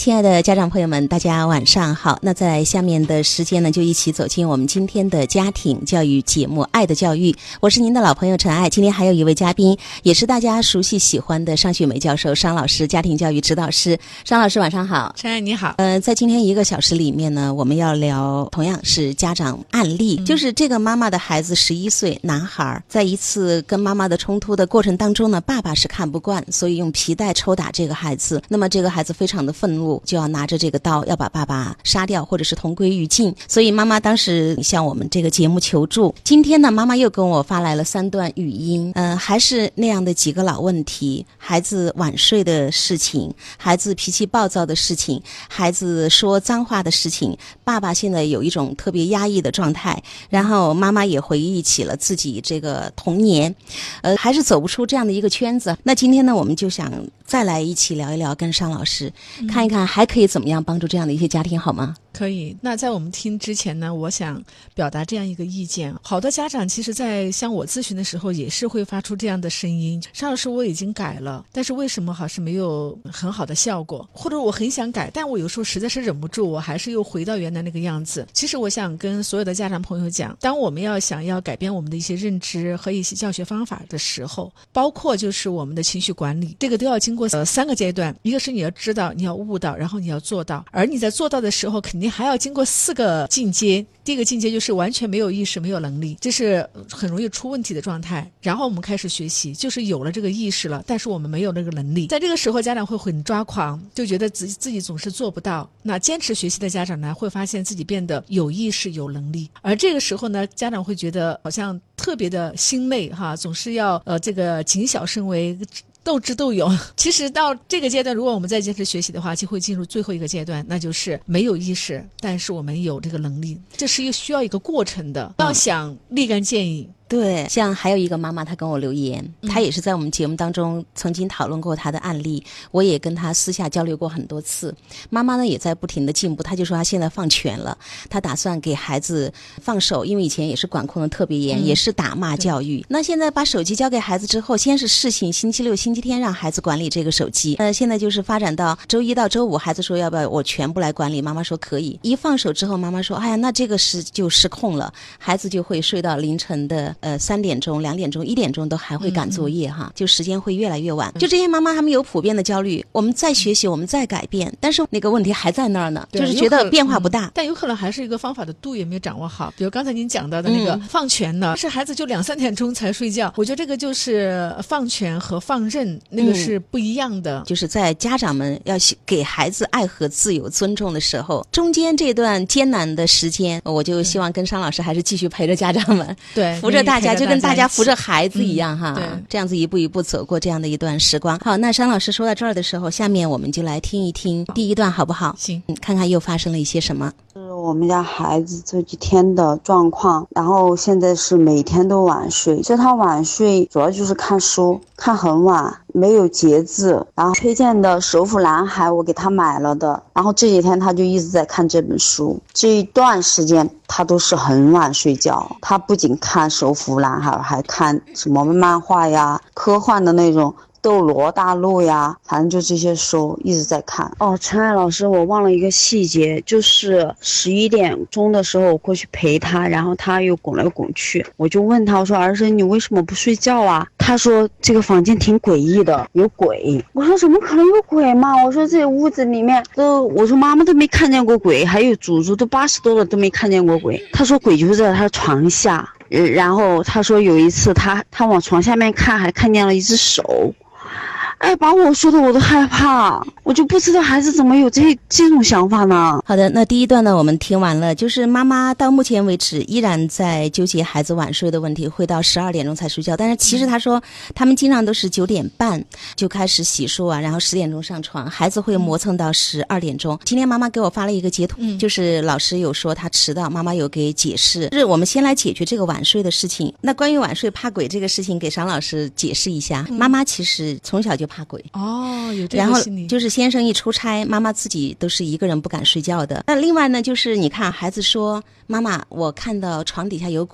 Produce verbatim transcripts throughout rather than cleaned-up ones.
亲爱的家长朋友们，大家晚上好。那在下面的时间呢，就一起走进我们今天的家庭教育节目《爱的教育》。我是您的老朋友陈爱。今天还有一位嘉宾，也是大家熟悉喜欢的商雪梅教授，商老师，家庭教育指导师。商老师晚上好。 陈爱你好。 呃，在今天一个小时里面呢，我们要聊同样是家长案例，嗯、就是这个妈妈的孩子十一岁男孩，在一次跟妈妈的冲突的过程当中呢，爸爸是看不惯，所以用皮带抽打这个孩子。那么这个孩子非常的愤怒，就要拿着这个刀要把爸爸杀掉，或者是同归于尽。所以妈妈当时向我们这个节目求助。今天呢，妈妈又跟我发来了三段语音，嗯、呃，还是那样的几个老问题：孩子晚睡的事情，孩子脾气暴躁的事情，孩子说脏话的事情。爸爸现在有一种特别压抑的状态，然后妈妈也回忆起了自己这个童年，呃，还是走不出这样的一个圈子。那今天呢，我们就想再来一起聊一聊，跟商老师、嗯、看一看还可以怎么样帮助这样的一些家庭，好吗？ 可以。那在我们听之前呢，我想表达这样一个意见。好多家长其实在向我咨询的时候也是会发出这样的声音，商老师我已经改了，但是为什么好像没有很好的效果，或者我很想改，但我有时候实在是忍不住，我还是又回到原来那个样子。其实我想跟所有的家长朋友讲，当我们要想要改变我们的一些认知和一些教学方法的时候，包括就是我们的情绪管理，这个都要经过呃三个阶段。一个是你要知道，你要悟到，然后你要做到，而你在做到的时候肯定还要经过四个进阶。第一个境界就是完全没有意识没有能力，这是很容易出问题的状态。然后我们开始学习，就是有了这个意识了，但是我们没有那个能力。在这个时候家长会很抓狂，就觉得自己自己总是做不到。那坚持学习的家长呢，会发现自己变得有意识有能力。而这个时候呢，家长会觉得好像特别的心累哈，总是要呃这个谨小慎微，斗智斗勇。其实到这个阶段，如果我们再坚持学习的话，就会进入最后一个阶段，那就是没有意识，但是我们有这个能力。这是一个需要一个过程的，要想立竿见影。 对，像还有一个妈妈她跟我留言，她也是在我们节目当中曾经讨论过她的案例，我也跟她私下交流过很多次。妈妈呢也在不停的进步，她就说她现在放权了，她打算给孩子放手，因为以前也是管控的特别严、嗯、也是打骂教育。那现在把手机交给孩子之后，先是试行星期六星期天让孩子管理这个手机，呃，现在就是发展到周一到周五，孩子说要不要我全部来管理，妈妈说可以。一放手之后，妈妈说哎呀，那这个是就失控了，孩子就会睡到凌晨的呃三点钟、两点钟、一点钟都还会赶作业哈、嗯，就时间会越来越晚。就这些妈妈他们有普遍的焦虑，我们再学习，我们再改变，但是那个问题还在那儿呢，就是觉得变化不大、 嗯。但有可能还是一个方法的度也没有掌握好。比如刚才您讲到的那个放权呢，是、嗯、孩子就两三点钟才睡觉，我觉得这个就是放权和放任那个是不一样的。 嗯、就是在家长们要给孩子爱和自由、尊重的时候，中间这段艰难的时间，我就希望跟商老师还是继续陪着家长们， 对， 扶着大家，就跟大家扶着孩子一样、嗯、哈， 对， 这样子一步一步走过这样的一段时光。好，那商老师说到这儿的时候，下面我们就来听一听第一段好不好？ 行， 嗯，看看又发生了一些什么。 是我们家孩子这几天的状况，然后现在是每天都晚睡。其实他晚睡主要就是看书，看很晚，没有节制。然后推荐的首府蓝海我给他买了的，然后这几天他就一直在看这本书。这一段时间他都是很晚睡觉，他不仅看首府蓝海，还看什么漫画呀、科幻的那种斗罗大陆呀，反正就这些书一直在看。哦，陈爱老师，我忘了一个细节，就是十一点钟的时候我过去陪他，然后他又拱来拱去，我就问他，我说儿子你为什么不睡觉啊？他说这个房间挺诡异的，有鬼。我说怎么可能有鬼嘛？我说这屋子里面都，我说妈妈都没看见过鬼，还有祖祖都八十多了都没看见过鬼。他说鬼就在他床下，然后他说有一次他他往床下面看，还看见了一只手。哎，把我说的我都害怕，我就不知道孩子怎么有这这种想法呢。 好的，那第一段呢我们听完了，就是妈妈到目前为止依然在纠结孩子晚睡的问题，会到十二点钟才睡觉，但是其实他说、嗯、他们经常都是九点半就开始洗漱啊，然后十点钟上床，孩子会磨蹭到十二点钟。今天妈妈给我发了一个截图、嗯、就是老师有说他迟到，妈妈有给解释，就是我们先来解决这个晚睡的事情。那关于晚睡怕鬼这个事情给商老师解释一下、嗯、妈妈其实从小就怕鬼哦，有这个心理。 然后就是先生一出差，妈妈自己都是一个人不敢睡觉的。那另外呢，就是你看孩子说妈妈我看到床底下有鬼，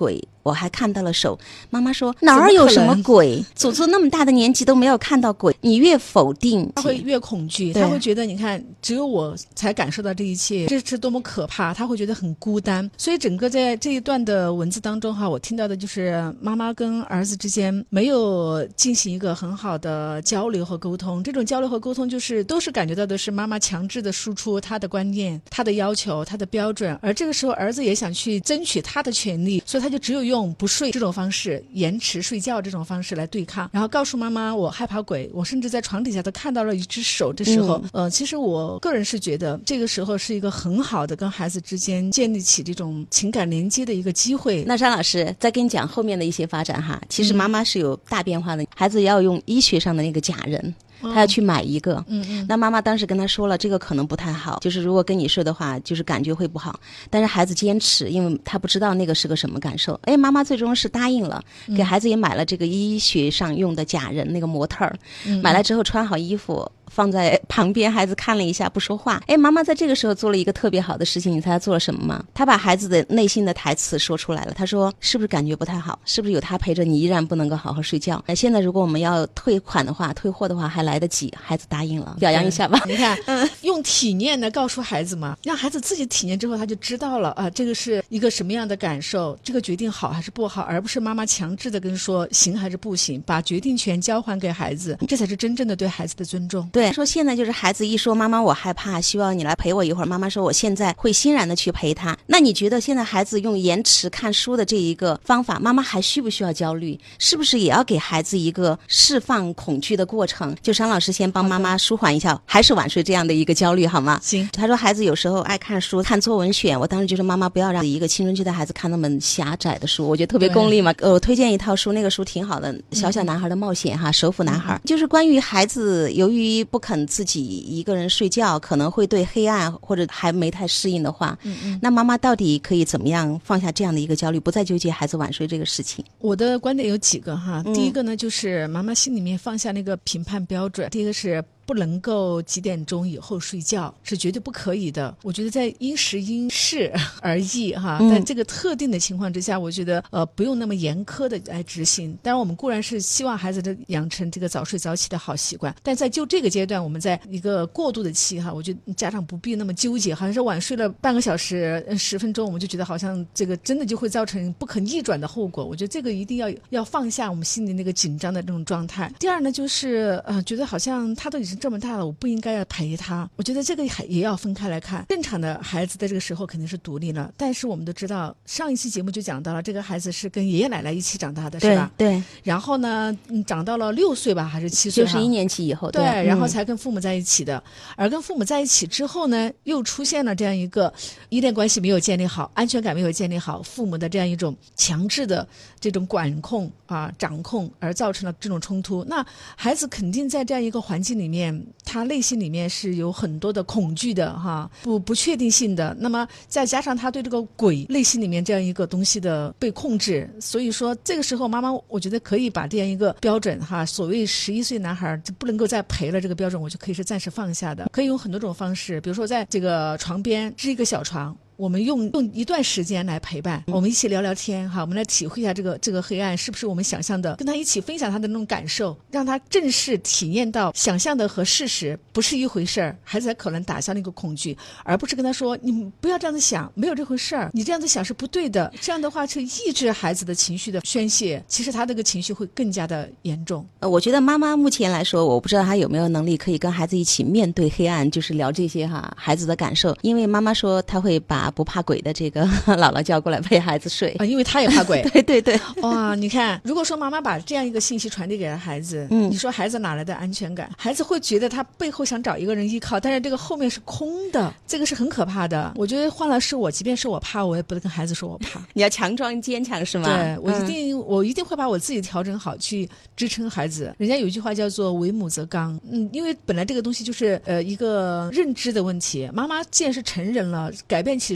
我还看到了手。妈妈说哪儿有什么鬼，祖祖那么大的年纪都没有看到鬼。你越否定他会越恐惧，他会觉得你看只有我才感受到这一切，这是多么可怕，他会觉得很孤单。所以整个在这一段的文字当中哈，我听到的就是妈妈跟儿子之间没有进行一个很好的交流和沟通，这种交流和沟通就是都是感觉到的是妈妈强制的输出她的观念、她的要求、她的标准，而这个时候儿子也想去争取他的权利，所以他就只有用不睡这种方式，延迟睡觉这种方式来对抗，然后告诉妈妈我害怕鬼，我甚至在床底下都看到了一只手的时候、嗯、呃，其实我个人是觉得这个时候是一个很好的跟孩子之间建立起这种情感连接的一个机会。 那张老师再跟你讲后面的一些发展哈，其实妈妈是有大变化的、嗯、孩子要用医学上的那个假人，他要去买一个、哦、嗯嗯，那妈妈当时跟他说了这个可能不太好，就是如果跟你说的话就是感觉会不好，但是孩子坚持，因为他不知道那个是个什么感受。哎，妈妈最终是答应了，给孩子也买了这个医学上用的假人、嗯、那个模特儿、嗯、买来之后穿好衣服放在旁边，孩子看了一下不说话。哎，妈妈在这个时候做了一个特别好的事情，你猜她做了什么吗？她把孩子的内心的台词说出来了。她说是不是感觉不太好，是不是有他陪着你依然不能够好好睡觉，那现在如果我们要退款的话退货的话还来得及。孩子答应了，表扬一下吧。 你看、嗯、用体验的告诉孩子嘛，让孩子自己体验之后他就知道了啊，这个是一个什么样的感受，这个决定好还是不好，而不是妈妈强制的跟说行还是不行，把决定权交还给孩子，这才是真正的对孩子的尊重。 对，说现在就是孩子一说妈妈我害怕，希望你来陪我一会儿，妈妈说我现在会欣然的去陪他。那你觉得现在孩子用延迟看书的这一个方法，妈妈还需不需要焦虑？是不是也要给孩子一个释放恐惧的过程？就商老师先帮妈妈舒缓一下还是晚睡这样的一个焦虑好吗？ 行。 他说孩子有时候爱看书看作文选，我当时就说妈妈不要让一个青春期的孩子看那么狭窄的书，我觉得特别功利嘛。呃，我推荐一套书，那个书挺好的，小小男孩的冒险哈，首府男孩、嗯、就是关于孩子由于不肯自己一个人睡觉，可能会对黑暗或者还没太适应的话，嗯嗯，那妈妈到底可以怎么样放下这样的一个焦虑，不再纠结孩子晚睡这个事情？ 我的观点有几个哈，第一个呢、嗯、就是妈妈心里面放下那个评判标准，第一个是不能够几点钟以后睡觉，是绝对不可以的。我觉得在因时因事而异哈，但这个特定的情况之下，我觉得呃不用那么严苛的来执行。当然我们固然是希望孩子的养成这个早睡早起的好习惯，但在就这个阶段，我们在一个过渡的期哈，我觉得家长不必那么纠结，好像是晚睡了半个小时十分钟，我们就觉得好像这个真的就会造成不可逆转的后果。我觉得这个一定要要放下我们心里那个紧张的这种状态。第二呢，就是呃觉得好像他都已经这么大了，我不应该要陪他，我觉得这个也要分开来看。正常的孩子在这个时候肯定是独立了，但是我们都知道上一期节目就讲到了，这个孩子是跟爷爷奶奶一起长大的，是吧？ 对。 然后呢长到了六岁吧还是七岁， 就是一年级以后， 对, 对、嗯、然后才跟父母在一起的。而跟父母在一起之后呢，又出现了这样一个依恋关系没有建立好，安全感没有建立好，父母的这样一种强制的这种管控啊掌控，而造成了这种冲突。那孩子肯定在这样一个环境里面，他内心里面是有很多的恐惧的哈，不不确定性的。那么再加上他对这个鬼内心里面这样一个东西的被控制，所以说这个时候妈妈我觉得可以把这样一个标准哈，所谓十一岁男孩就不能够再陪了这个标准，我就可以是暂时放下的。可以用很多种方式，比如说在这个床边支一个小床，我们用用一段时间来陪伴，我们一起聊聊天哈，我们来体会一下这个这个黑暗是不是我们想象的，跟他一起分享他的那种感受，让他正式体验到想象的和事实不是一回事儿，孩子才可能打消那个恐惧，而不是跟他说你不要这样子想，没有这回事儿，你这样子想是不对的。这样的话去抑制孩子的情绪的宣泄，其实他这个情绪会更加的严重。 呃，我觉得妈妈目前来说，我不知道她有没有能力可以跟孩子一起面对黑暗，就是聊这些哈孩子的感受。因为妈妈说她会把不怕鬼的这个姥姥叫过来陪孩子睡啊，因为她也怕鬼。 对对对。 哇，你看，如果说妈妈把这样一个信息传递给了孩子，嗯，你说孩子哪来的安全感？孩子会觉得他背后想找一个人依靠，但是这个后面是空的，这个是很可怕的。我觉得换了是我，即便是我怕，我也不能跟孩子说我怕。 你要强装坚强是吗？ 对，我一定、嗯、我一定会把我自己调整好，去支撑孩子。人家有一句话叫做为母则刚，嗯，因为本来这个东西就是呃一个认知的问题。妈妈既然是成人了，改变起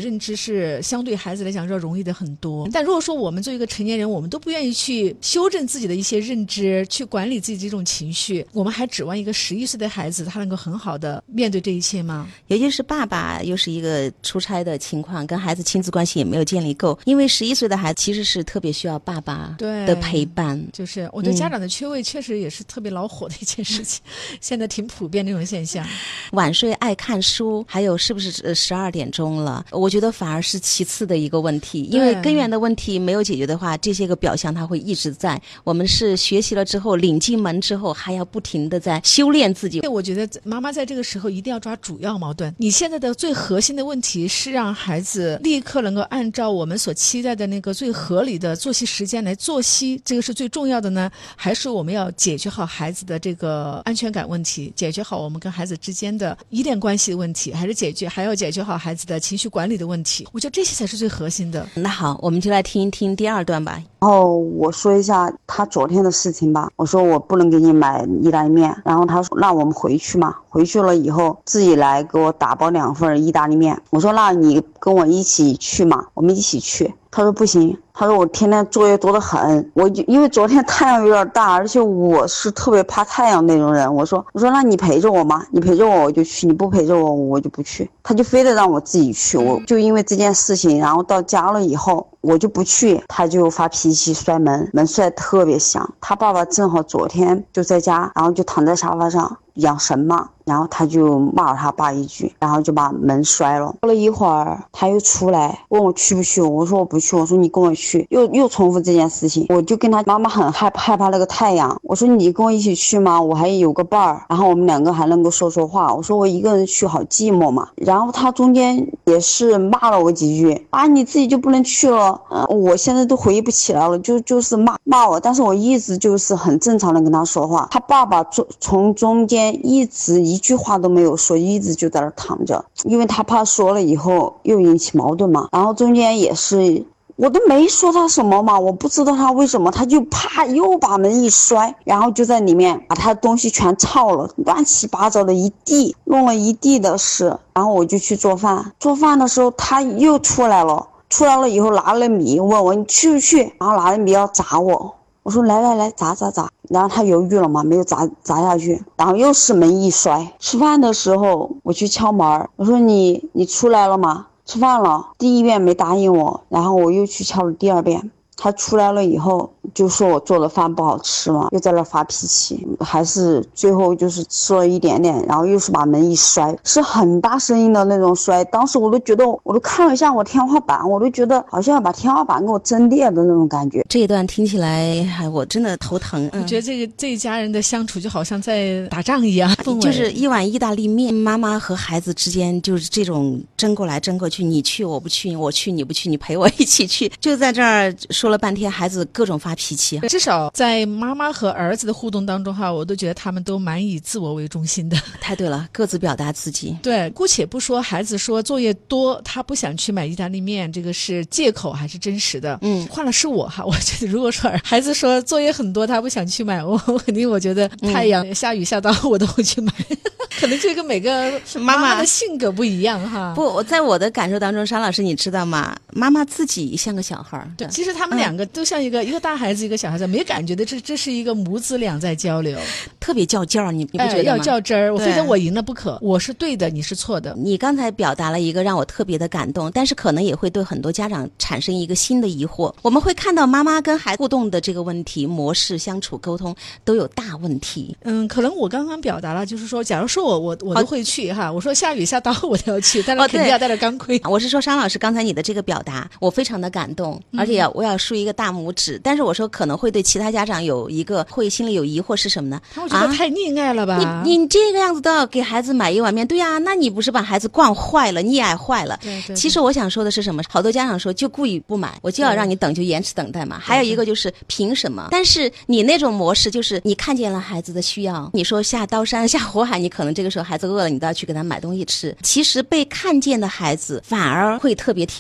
认知是相对孩子来讲要容易的很多。但如果说我们作为一个成年人，我们都不愿意去修正自己的一些认知，去管理自己这种情绪，我们还指望一个十一岁的孩子他能够很好的面对这一切吗？ 尤其是爸爸又是一个出差的情况，跟孩子亲子关系也没有建立够，因为十一岁的孩子其实是特别需要爸爸的陪伴。 就是我觉得家长的缺位确实也是特别恼火的一件事情、嗯、现在挺普遍的这种现象。 晚睡爱看书，还有是不是十二点钟了，我觉得反而是其次的一个问题，因为根源的问题没有解决的话，这些个表象它会一直在。我们是学习了之后领进门之后还要不停的在修炼自己。 我觉得妈妈在这个时候一定要抓主要矛盾，你现在的最核心的问题是让孩子立刻能够按照我们所期待的那个最合理的作息时间来作息，这个是最重要的呢，还是我们要解决好孩子的这个安全感问题，解决好我们跟孩子之间的依恋关系的问题，还是解决还要解决好孩子的情绪管理的问题？我觉得这些才是最核心的。 那好，我们就来听一听第二段吧。 然后我说一下他昨天的事情吧。我说我不能给你买意大利面，然后他说那我们回去嘛，回去了以后自己来给我打包两份意大利面。我说那你跟我一起去嘛，我们一起去。他说不行，他说我天天作业多得很，我就因为昨天太阳有点大，而且我是特别怕太阳那种人。我说我说那你陪着我嘛，你陪着我我就去，你不陪着我我就不去。他就非得让我自己去，我就因为这件事情，然后到家了以后我就不去，他就发脾气摔门，门摔得特别响。他爸爸正好昨天就在家，然后就躺在沙发上养神嘛，然后他就骂了他爸一句，然后就把门摔了。过了一会儿他又出来问我去不去，我说我不去，我说你跟我去，又又重复这件事情。我就跟他妈妈很害害怕那个太阳，我说你跟我一起去吗，我还有个伴儿，然后我们两个还能够说说话。我说我一个人去好寂寞嘛。然后他中间也是骂了我几句，啊你自己就不能去了，嗯，我现在都回忆不起来了，就就是骂骂我，但是我一直就是很正常的跟他说话。他爸爸从中间一直一句话都没有说，一直就在那躺着，因为他怕说了以后又引起矛盾嘛。然后中间也是我都没说他什么嘛，我不知道他为什么他就啪又把门一摔，然后就在里面把他的东西全操了，乱七八糟的一地，弄了一地的事。然后我就去做饭，做饭的时候他又出来了，出来了以后拿了米问我你去不去，然后拿了米要砸我，我说来来来砸砸砸，然后他犹豫了嘛，没有砸砸下去，然后又是门一摔。吃饭的时候我去敲门，我说你你出来了吗？吃饭了，第一遍没答应我，然后我又去敲了第二遍。他出来了以后就说我做的饭不好吃嘛，又在那发脾气，还是最后就是吃了一点点，然后又是把门一摔，是很大声音的那种摔。当时我都觉得，我都看了一下我天花板，我都觉得好像要把天花板给我震裂的那种感觉。 这一段听起来还我真的头疼。 我觉得这个这一家人的相处就好像在打仗一样， 就是一碗意大利面，妈妈和孩子之间就是这种争过来争过去，你去我不去，我去你不去，你陪我一起去，就在这儿说了半天，孩子各种发脾气。 至少在妈妈和儿子的互动当中哈，我都觉得他们都蛮以自我为中心的。 太对了，各自表达自己。 对，姑且不说孩子说作业多他不想去买意大利面这个是借口还是真实的，嗯，换了是我哈，我觉得如果说孩子说作业很多他不想去买，我肯定我觉得太阳、嗯、下雨下刀我都会去买。可能这个每个妈妈的性格不一样哈。 不，在我的感受当中，沙老师你知道吗？妈妈自己像个小孩。 对，其实他们两个都像一个、嗯、一个大孩子一个小孩子，没感觉的，这这是一个母子俩在交流， 特别较劲儿，你你不觉得吗？ 哎、要较真儿，我非得我赢了不可，我是对的，你是错的。 你刚才表达了一个让我特别的感动，但是可能也会对很多家长产生一个新的疑惑。我们会看到妈妈跟孩子互动的这个问题模式、相处沟通都有大问题。 嗯，可能我刚刚表达了，就是说，假如说我我我都会去哈，我说下雨下刀我都要去，但是肯定要带着钢盔。 哦、我是说商老师刚才你的这个表达，我非常的感动，而且我要竖一个大拇指。嗯、但是我说可能会对其他家长有一个会心里有疑惑是什么呢？ 他会觉得太溺爱了吧？ 啊、你你这个样子都要给孩子买一碗面，对呀、啊，那你不是把孩子惯坏了、溺爱坏了？ 对 对, 对。 其实我想说的是什么？好多家长说就故意不买，我就要让你等，就延迟等待嘛。还有一个就是凭什么？但是你那种模式就是你看见了孩子的需要，你说下刀山下火海，你可能这个时候孩子饿了，你都要去给他买东西吃。其实被看见的孩子反而会特别体贴。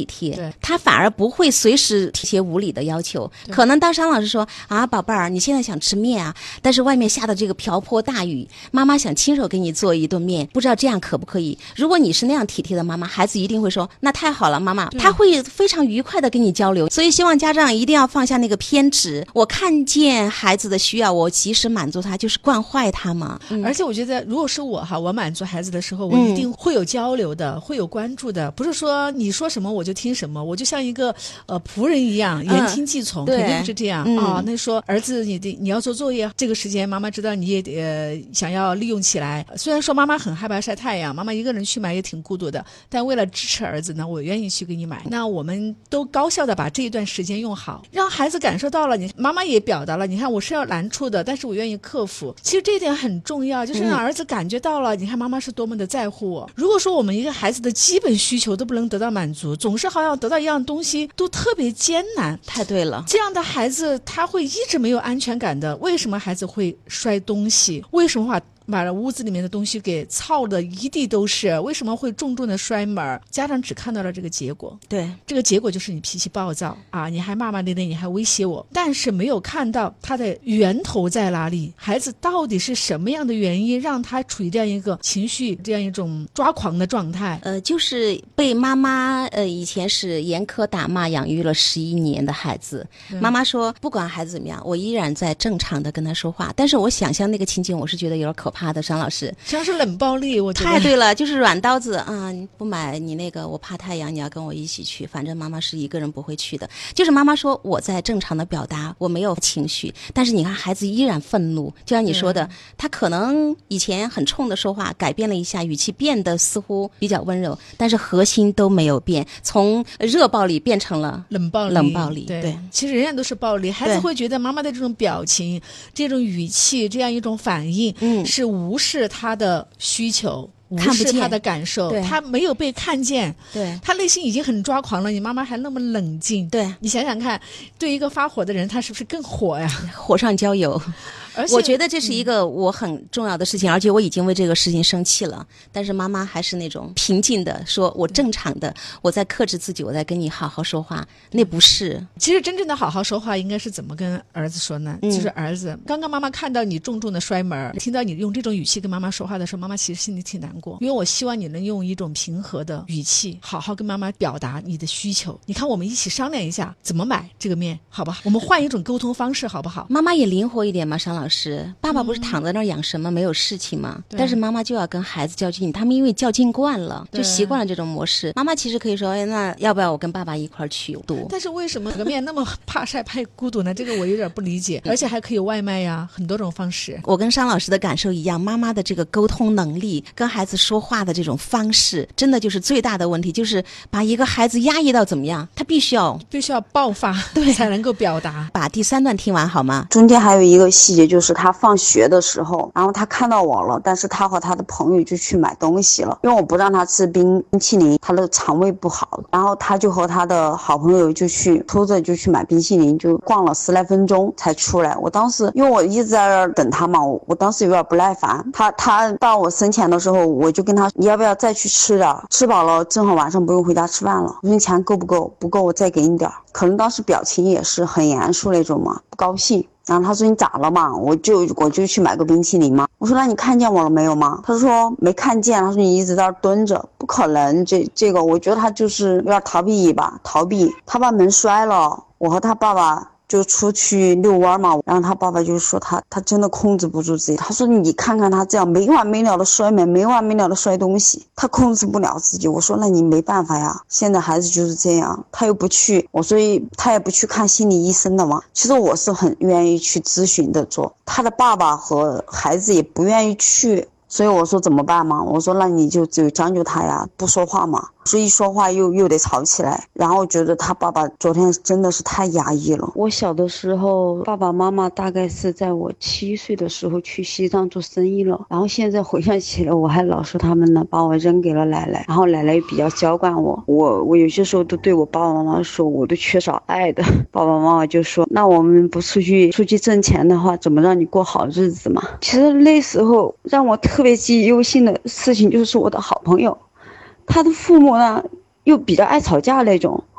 他反而不会随时提些无理的要求。可能当商老师说啊，宝贝儿，你现在想吃面啊，但是外面下的这个瓢泼大雨，妈妈想亲手给你做一顿面，不知道这样可不可以？如果你是那样体贴的妈妈，孩子一定会说那太好了，妈妈，他会非常愉快的跟你交流。所以希望家长一定要放下那个偏执，我看见孩子的需要，我及时满足他，就是惯坏他嘛。 嗯、而且我觉得如果是我哈，我满足孩子的时候，我一定会有交流的、嗯、会有关注的，不是说你说什么我就听什么，我就像一个呃仆人一样言听计从、嗯、肯定不是这样、嗯、啊。那说儿子你的你要做作业，这个时间妈妈知道你也呃想要利用起来，虽然说妈妈很害怕晒太阳，妈妈一个人去买也挺孤独的，但为了支持儿子呢，我愿意去给你买。那我们都高效的把这一段时间用好，让孩子感受到了，你妈妈也表达了，你看我是要难处的，但是我愿意克服。其实这一点很重要，就是让儿子感觉到了、嗯、你看妈妈是多么的在乎我。如果说我们一个孩子的基本需求都不能得到满足，总是好像得到一样东西都特别艰难， 太对了， 这样的孩子他会一直没有安全感的。为什么孩子会摔东西？为什么把把屋子里面的东西给操的一地都是？为什么会重重的摔门？家长只看到了这个结果， 对， 这个结果就是你脾气暴躁啊，你还骂骂咧咧，你还威胁我，但是没有看到他的源头在哪里，孩子到底是什么样的原因让他处于这样一个情绪这样一种抓狂的状态。 呃，就是被妈妈呃以前是严苛打骂养育了十一年的孩子，妈妈说不管孩子怎么样，我依然在正常的跟他说话，但是我想象那个情景，我是觉得有点可怕的。张老师实际上是冷暴力，我觉得太对了，就是软刀子啊！不买你那个，我怕太阳，你要跟我一起去，反正妈妈是一个人不会去的。就是妈妈说我在正常的表达，我没有情绪，但是你看孩子依然愤怒，就像你说的，他可能以前很冲的说话，改变了一下语气，变得似乎比较温柔，但是核心都没有变，从热暴力变成了冷暴力。 冷暴力， 对， 对， 其实人人都是暴力，孩子会觉得妈妈的这种表情、这种语气、这样一种反应，嗯，是无视他的需求，无视他的感受，他没有被看见， 对， 他内心已经很抓狂了，你妈妈还那么冷静， 对， 你想想看，对一个发火的人，他是不是更火呀？ 火上浇油。 而且我觉得这是一个我很重要的事情、嗯、而且我已经为这个事情生气了，但是妈妈还是那种平静的说我正常的，我在克制自己，我在跟你好好说话，那不是。 其实真正的好好说话应该是怎么跟儿子说呢、嗯、就是儿子，刚刚妈妈看到你重重的摔门，听到你用这种语气跟妈妈说话的时候，妈妈其实心里挺难过，因为我希望你能用一种平和的语气好好跟妈妈表达你的需求，你看我们一起商量一下怎么买这个面好不好，我们换一种沟通方式好不好。 妈妈也灵活一点嘛，商老师，爸爸不是躺在那儿养神吗、嗯、没有事情嘛，但是妈妈就要跟孩子较劲，他们因为较劲惯了，就习惯了这种模式。妈妈其实可以说，哎，那要不要我跟爸爸一块儿去读？ 但是为什么这个面那么怕晒怕孤独呢？这个我有点不理解。而且还可以外卖呀，很多种方式。 我跟商老师的感受一样，妈妈的这个沟通能力跟孩子说话的这种方式真的就是最大的问题，就是把一个孩子压抑到怎么样，他必须要必须要爆发，对，才能够表达。 把第三段听完好吗？ 中间还有一个细节，就是他放学的时候，然后他看到我了，但是他和他的朋友就去买东西了，因为我不让他吃冰冰淇淋，他的肠胃不好，然后他就和他的好朋友就去偷着就去买冰淇淋，就逛了十来分钟才出来。我当时因为我一直在那儿等他嘛，我我当时有点不耐烦，他他到我身前的时候，我就跟他你要不要再去吃点，吃饱了正好晚上不用回家吃饭了，我说你钱够不够？不够我再给你点。可能当时表情也是很严肃那种嘛，不高兴。然后他说你咋了嘛？我就我就去买个冰淇淋嘛。我说那你看见我了没有吗？他说没看见。他说你一直在那蹲着，不可能。这这个我觉得他就是有点逃避吧，逃避。他把门摔了，我和他爸爸就出去遛弯嘛，然后他爸爸就说他他真的控制不住自己，他说你看看他这样没完没了的摔门，没完没了的摔东西，他控制不了自己。我说那你没办法呀，现在孩子就是这样，他又不去，我所以他也不去看心理医生的嘛。其实我是很愿意去咨询的，做他的爸爸和孩子也不愿意去，所以我说怎么办嘛？我说那你就只有将就他呀，不说话嘛。所以一说话又又得吵起来，然后觉得他爸爸昨天真的是太压抑了。我小的时候，爸爸妈妈大概是在我七岁的时候去西藏做生意了，然后现在回想起来，我还老说他们呢，把我扔给了奶奶，然后奶奶也比较娇惯我，我我有些时候都对我爸爸妈妈说，我都缺少爱的。爸爸妈妈就说，那我们不出去出去挣钱的话，怎么让你过好日子嘛？其实那时候让我特别记忆犹新的事情，就是我的好朋友。他的父母呢又比较爱吵架那种，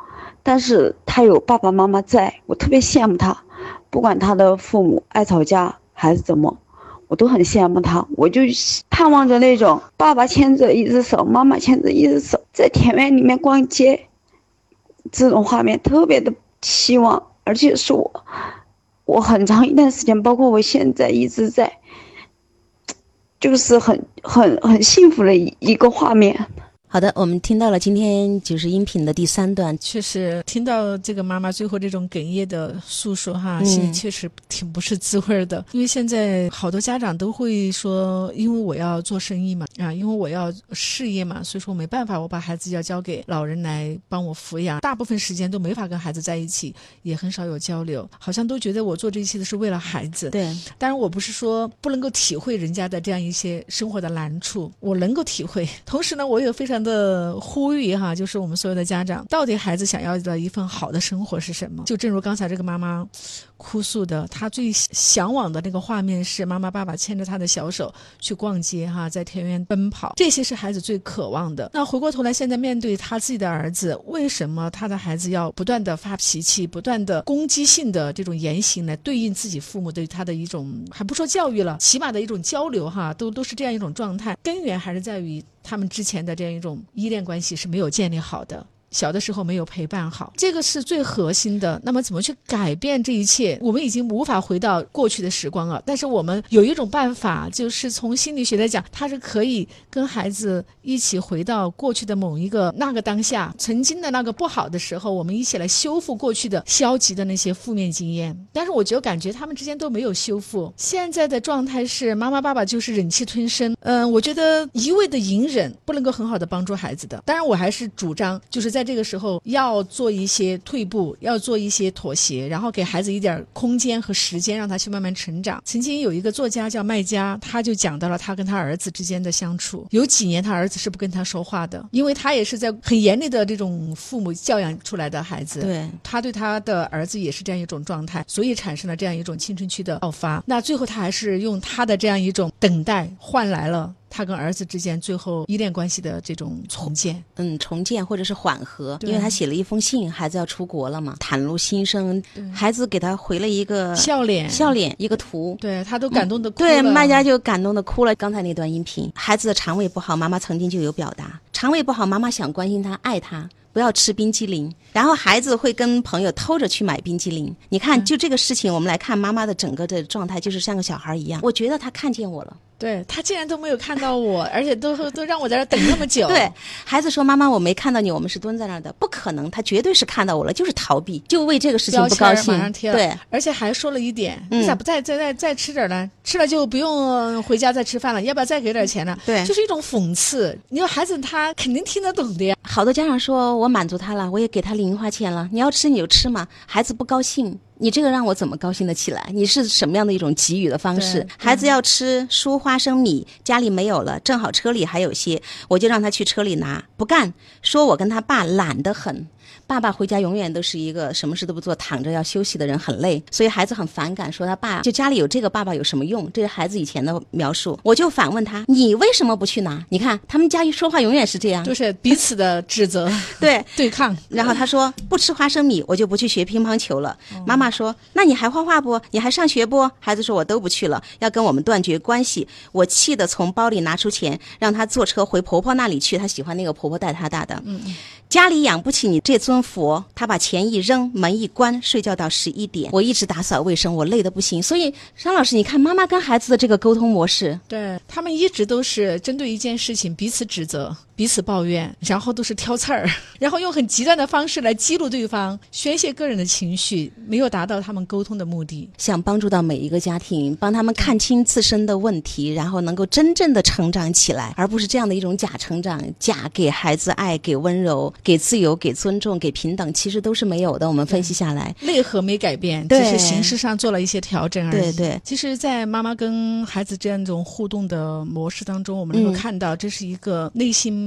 但是他有爸爸妈妈在，我特别羡慕他，不管他的父母爱吵架还是怎么，我都很羡慕他。我就盼望着那种爸爸牵着一只手，妈妈牵着一只手，在田园里面逛街，这种画面特别的希望，而且是我我很长一段时间，包括我现在一直在，就是很很很幸福的一一个画面。 好的，我们听到了今天就是音频的第三段， 确实听到这个妈妈最后这种哽咽的诉说哈，嗯、心里确实挺不是滋味的。因为现在好多家长都会说，因为我要做生意嘛，啊，因为我要事业嘛，所以说没办法，我把孩子要交给老人来帮我抚养，大部分时间都没法跟孩子在一起，也很少有交流，好像都觉得我做这一切都是为了孩子。 对， 当然我不是说不能够体会人家的这样一些生活的难处，我能够体会。同时呢，我也非常的呼吁哈，就是我们所有的家长，到底孩子想要的一份好的生活是什么？就正如刚才这个妈妈哭诉的，她最向往的那个画面是妈妈爸爸牵着她的小手去逛街哈，在田园奔跑，这些是孩子最渴望的。那回过头来，现在面对他自己的儿子，为什么他的孩子要不断的发脾气，不断的攻击性的这种言行来对应自己父母对他的一种，还不说教育了，起码的一种交流哈，都都是这样一种状态。根源还是在于他们之前的这样一种依恋关系是没有建立好的，小的时候没有陪伴好，这个是最核心的。那么怎么去改变这一切？我们已经无法回到过去的时光了，但是我们有一种办法，就是从心理学来讲，它是可以跟孩子一起回到过去的某一个那个当下，曾经的那个不好的时候，我们一起来修复过去的消极的那些负面经验。但是我就感觉他们之间都没有修复，现在的状态是妈妈爸爸就是忍气吞声。嗯、呃，我觉得一味的隐忍不能够很好的帮助孩子的。当然我还是主张就是在这个时候要做一些退步，要做一些妥协，然后给孩子一点空间和时间，让他去慢慢成长。曾经有一个作家叫麦家，他就讲到了他跟他儿子之间的相处，有几年他儿子是不跟他说话的，因为他也是在很严厉的这种父母教养出来的孩子， 对， 他对他的儿子也是这样一种状态，所以产生了这样一种青春期的爆发。那最后他还是用他的这样一种等待换来了他跟儿子之间最后依恋关系的这种重建， 嗯，重建或者是缓和。因为他写了一封信，孩子要出国了嘛，袒露心声，孩子给他回了一个笑脸， 笑脸一个图， 对，他都感动的哭了、 嗯、对，麦家就感动的哭了。刚才那段音频，孩子的肠胃不好，妈妈曾经就有表达，肠胃不好，妈妈想关心他，爱他，不要吃冰激凌，然后孩子会跟朋友偷着去买冰激凌。你看，就这个事情，我们来看妈妈的整个的状态，就是像个小孩一样。我觉得他看见我了。 对，他竟然都没有看到我，而且都都让我在这等那么久。 对，孩子说妈妈我没看到你，我们是蹲在那儿的。不可能，他绝对是看到我了，就是逃避，就为这个事情不高兴。 马上贴了， 对， 而且还说了一点， 嗯、 你咋不再再再再吃点呢？吃了就不用回家再吃饭了，要不要再给点钱呢？ 对， 就是一种讽刺。你说孩子他肯定听得懂的呀。 好多家长说我满足他了，我也给他零花钱了，你要吃你就吃嘛，孩子不高兴。你这个让我怎么高兴得起来？你是什么样的一种给予的方式？孩子要吃蔬花生米，家里没有了，正好车里还有些，我就让他去车里拿，不干，说我跟他爸懒得很。爸爸回家永远都是一个什么事都不做，躺着要休息的人，很累，所以孩子很反感，说他爸就家里有这个爸爸有什么用？这是孩子以前的描述。我就反问他，你为什么不去拿？你看他们家一说话永远是这样， 就是彼此的指责对对抗。 然后他说不吃花生米我就不去学乒乓球了、哦、妈妈说那你还画画不？你还上学不？孩子说我都不去了，要跟我们断绝关系。我气得从包里拿出钱让他坐车回婆婆那里去，他喜欢那个婆婆带他大的。嗯，家里养不起你这尊佛，他把钱一扔，门一关，睡觉到十一点。我一直打扫卫生，我累得不行。所以张老师，你看妈妈跟孩子的这个沟通模式， 对，他们一直都是针对一件事情彼此指责，彼此抱怨，然后都是挑刺儿，然后用很极端的方式来激怒对方，宣泄个人的情绪，没有达到他们沟通的目的。 想帮助到每一个家庭，帮他们看清自身的问题，然后能够真正的成长起来，而不是这样的一种假成长，假给孩子爱，给温柔，给自由，给尊重，给平等，其实都是没有的。我们分析下来， 内核没改变，只是形式上做了一些调整而已。 对对， 其实在妈妈跟孩子这样一种互动的模式当中，我们能够看到这是一个内心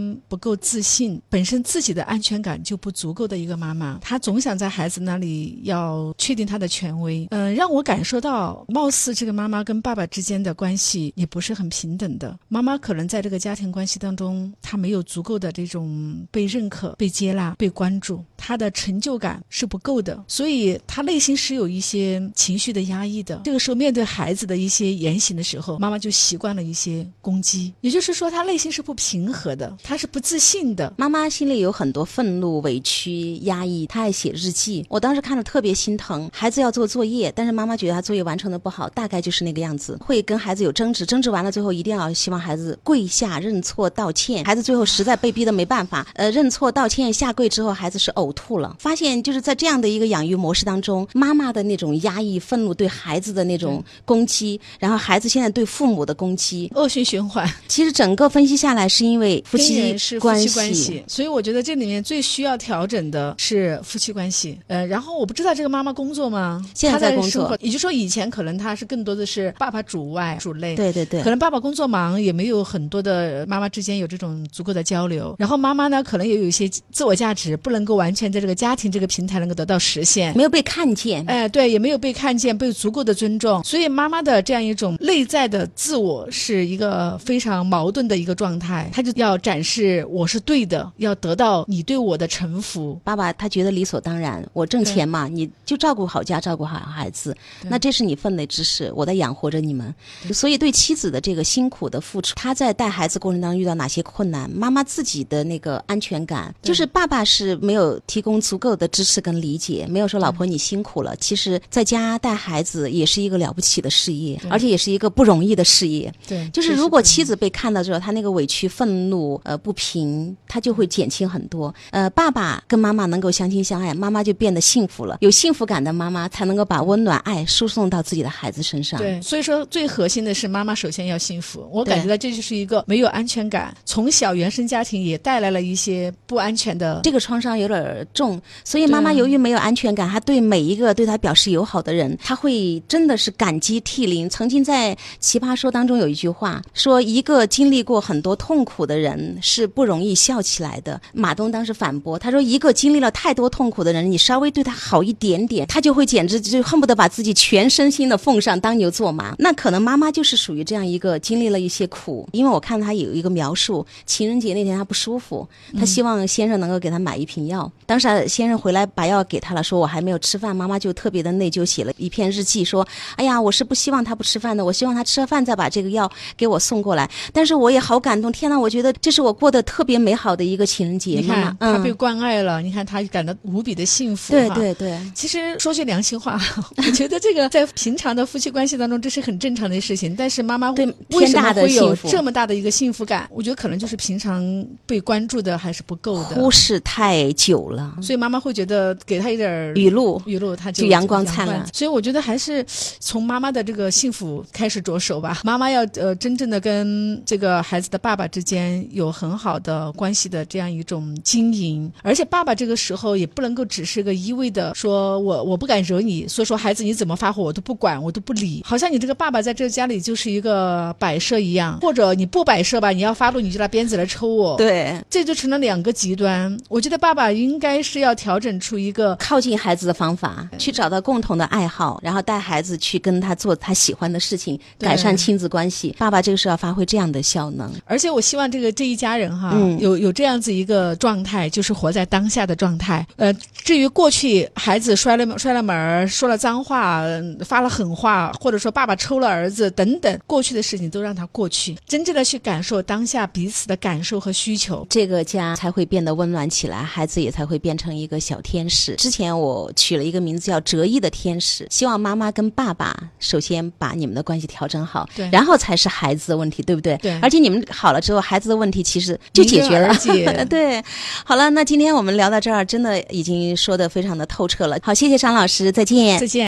身不够自信，本身自己的安全感就不足够的一个妈妈，她总想在孩子那里要确定她的权威，嗯、呃，让我感受到貌似这个妈妈跟爸爸之间的关系也不是很平等的。妈妈可能在这个家庭关系当中，她没有足够的这种被认可、被接纳、被关注，她的成就感是不够的，所以她内心是有一些情绪的压抑的。这个时候面对孩子的一些言行的时候，妈妈就习惯了一些攻击，也就是说她内心是不平和的，她是不自信的。 妈妈心里有很多愤怒、委屈、压抑，她爱写日记，我当时看了特别心疼。孩子要做作业，但是妈妈觉得他作业完成的不好，大概就是那个样子，会跟孩子有争执，争执完了最后一定要希望孩子跪下认错道歉，孩子最后实在被逼得没办法，呃，认错道歉下跪之后，孩子是呕吐了。发现就是在这样的一个养育模式当中，妈妈的那种压抑、愤怒对孩子的那种攻击，然后孩子现在对父母的攻击， 恶性循环。 其实整个分析下来，是因为夫妻关系， 夫妻关系，所以我觉得这里面最需要调整的是夫妻关系。呃，然后我不知道这个妈妈工作吗？ 现在在工作， 也就是说以前可能她是更多的是爸爸主外主内， 对对对， 可能爸爸工作忙，也没有很多的妈妈之间有这种足够的交流，然后妈妈呢可能也有一些自我价值不能够完全在这个家庭这个平台能够得到实现， 没有被看见， 哎、呃，对，也没有被看见，被足够的尊重，所以妈妈的这样一种内在的自我是一个非常矛盾的一个状态，她就要展示我是对的，要得到你对我的臣服。 爸爸他觉得理所当然，我挣钱嘛，你就照顾好家，照顾好孩子，那这是你分内之事，我在养活着你们。所以对妻子的这个辛苦的付出，他在带孩子过程当中遇到哪些困难，妈妈自己的那个安全感，就是爸爸是没有提供足够的支持跟理解，没有说老婆你辛苦了，其实在家带孩子也是一个了不起的事业，而且也是一个不容易的事业。 对， 就是如果妻子被看到之后，他那个委屈、愤怒、呃不平，他就会减轻很多。呃，爸爸跟妈妈能够相亲相爱，妈妈就变得幸福了。有幸福感的妈妈才能够把温暖、爱输送到自己的孩子身上。 对，所以说最核心的是妈妈首先要幸福。我感觉到这就是一个没有安全感，从小原生家庭也带来了一些不安全的， 这个创伤有点重，所以妈妈由于没有安全感，她对每一个对她表示友好的人，她会真的是感激涕零。曾经在奇葩说当中有一句话说，一个经历过很多痛苦的人是不容易笑起来的。马东当时反驳，他说一个经历了太多痛苦的人，你稍微对他好一点点，他就会简直就恨不得把自己全身心的奉上，当牛做马。那可能妈妈就是属于这样一个经历了一些苦，因为我看他有一个描述，情人节那天他不舒服，他希望先生能够给他买一瓶药，嗯、当时先生回来把药给他了，说我还没有吃饭，妈妈就特别的内疚，写了一篇日记说，哎呀，我是不希望他不吃饭的，我希望他吃了饭再把这个药给我送过来。但是我也好感动，天哪，我觉得这是我过得特别美好的一个情人节。 你看妈妈、嗯、 他被关爱了，你看他感到无比的幸福。 对对对， 其实说句良心话，我觉得这个在平常的夫妻关系当中这是很正常的事情，但是妈妈对为什么会有这么大的一个幸福感，我觉得可能就是平常被关注的还是不够的， 忽视太久了， 所以妈妈会觉得给他一点雨露雨露他就就阳光灿烂。 所以我觉得还是从妈妈的这个幸福开始着手吧，妈妈要呃真正的跟这个孩子的爸爸之间有很好的关系的这样一种经营，而且爸爸这个时候也不能够只是个一味的说我我不敢惹你，所以说孩子你怎么发火我都不管我都不理，好像你这个爸爸在这家里就是一个摆设一样，或者你不摆设吧，你要发怒你就拿鞭子来抽我， 对， 这就成了两个极端。我觉得爸爸应该是要调整出一个靠近孩子的方法，去找到共同的爱好，然后带孩子去跟他做他喜欢的事情，改善亲子关系。爸爸这个时候要发挥这样的效能。 而且我希望这个这一家人哈， 嗯、 有有这样子一个状态，就是活在当下的状态。呃，至于过去孩子摔了摔了门，说了脏话，发了狠话，或者说爸爸抽了儿子等等，过去的事情都让他过去，真正的去感受当下彼此的感受和需求， 这个家才会变得温暖起来，孩子也才会变成一个小天使。之前我取了一个名字叫折翼的天使，希望妈妈跟爸爸首先把你们的关系调整好， 对， 然后才是孩子的问题，对不对？ 对， 而且你们好了之后，孩子的问题其实就解决了。对，好了，那今天我们聊到这儿，真的已经说得非常的透彻了。好，谢谢张老师，再见。 再见。